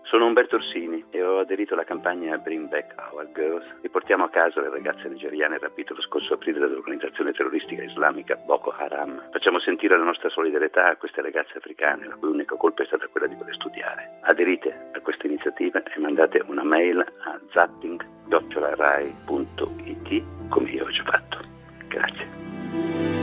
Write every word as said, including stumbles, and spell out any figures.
Sono Umberto Orsini e ho aderito alla campagna Bring Back Our Girls. Riportiamo a casa le ragazze nigeriane rapite lo scorso aprile dall'organizzazione terroristica islamica Boko Haram. Facciamo sentire la nostra solidarietà a queste ragazze africane, la cui unica colpa è stata quella di voler studiare. Aderite a questa iniziativa e mandate una mail a zapping chiocciola rai punto it come io ho già fatto. Grazie.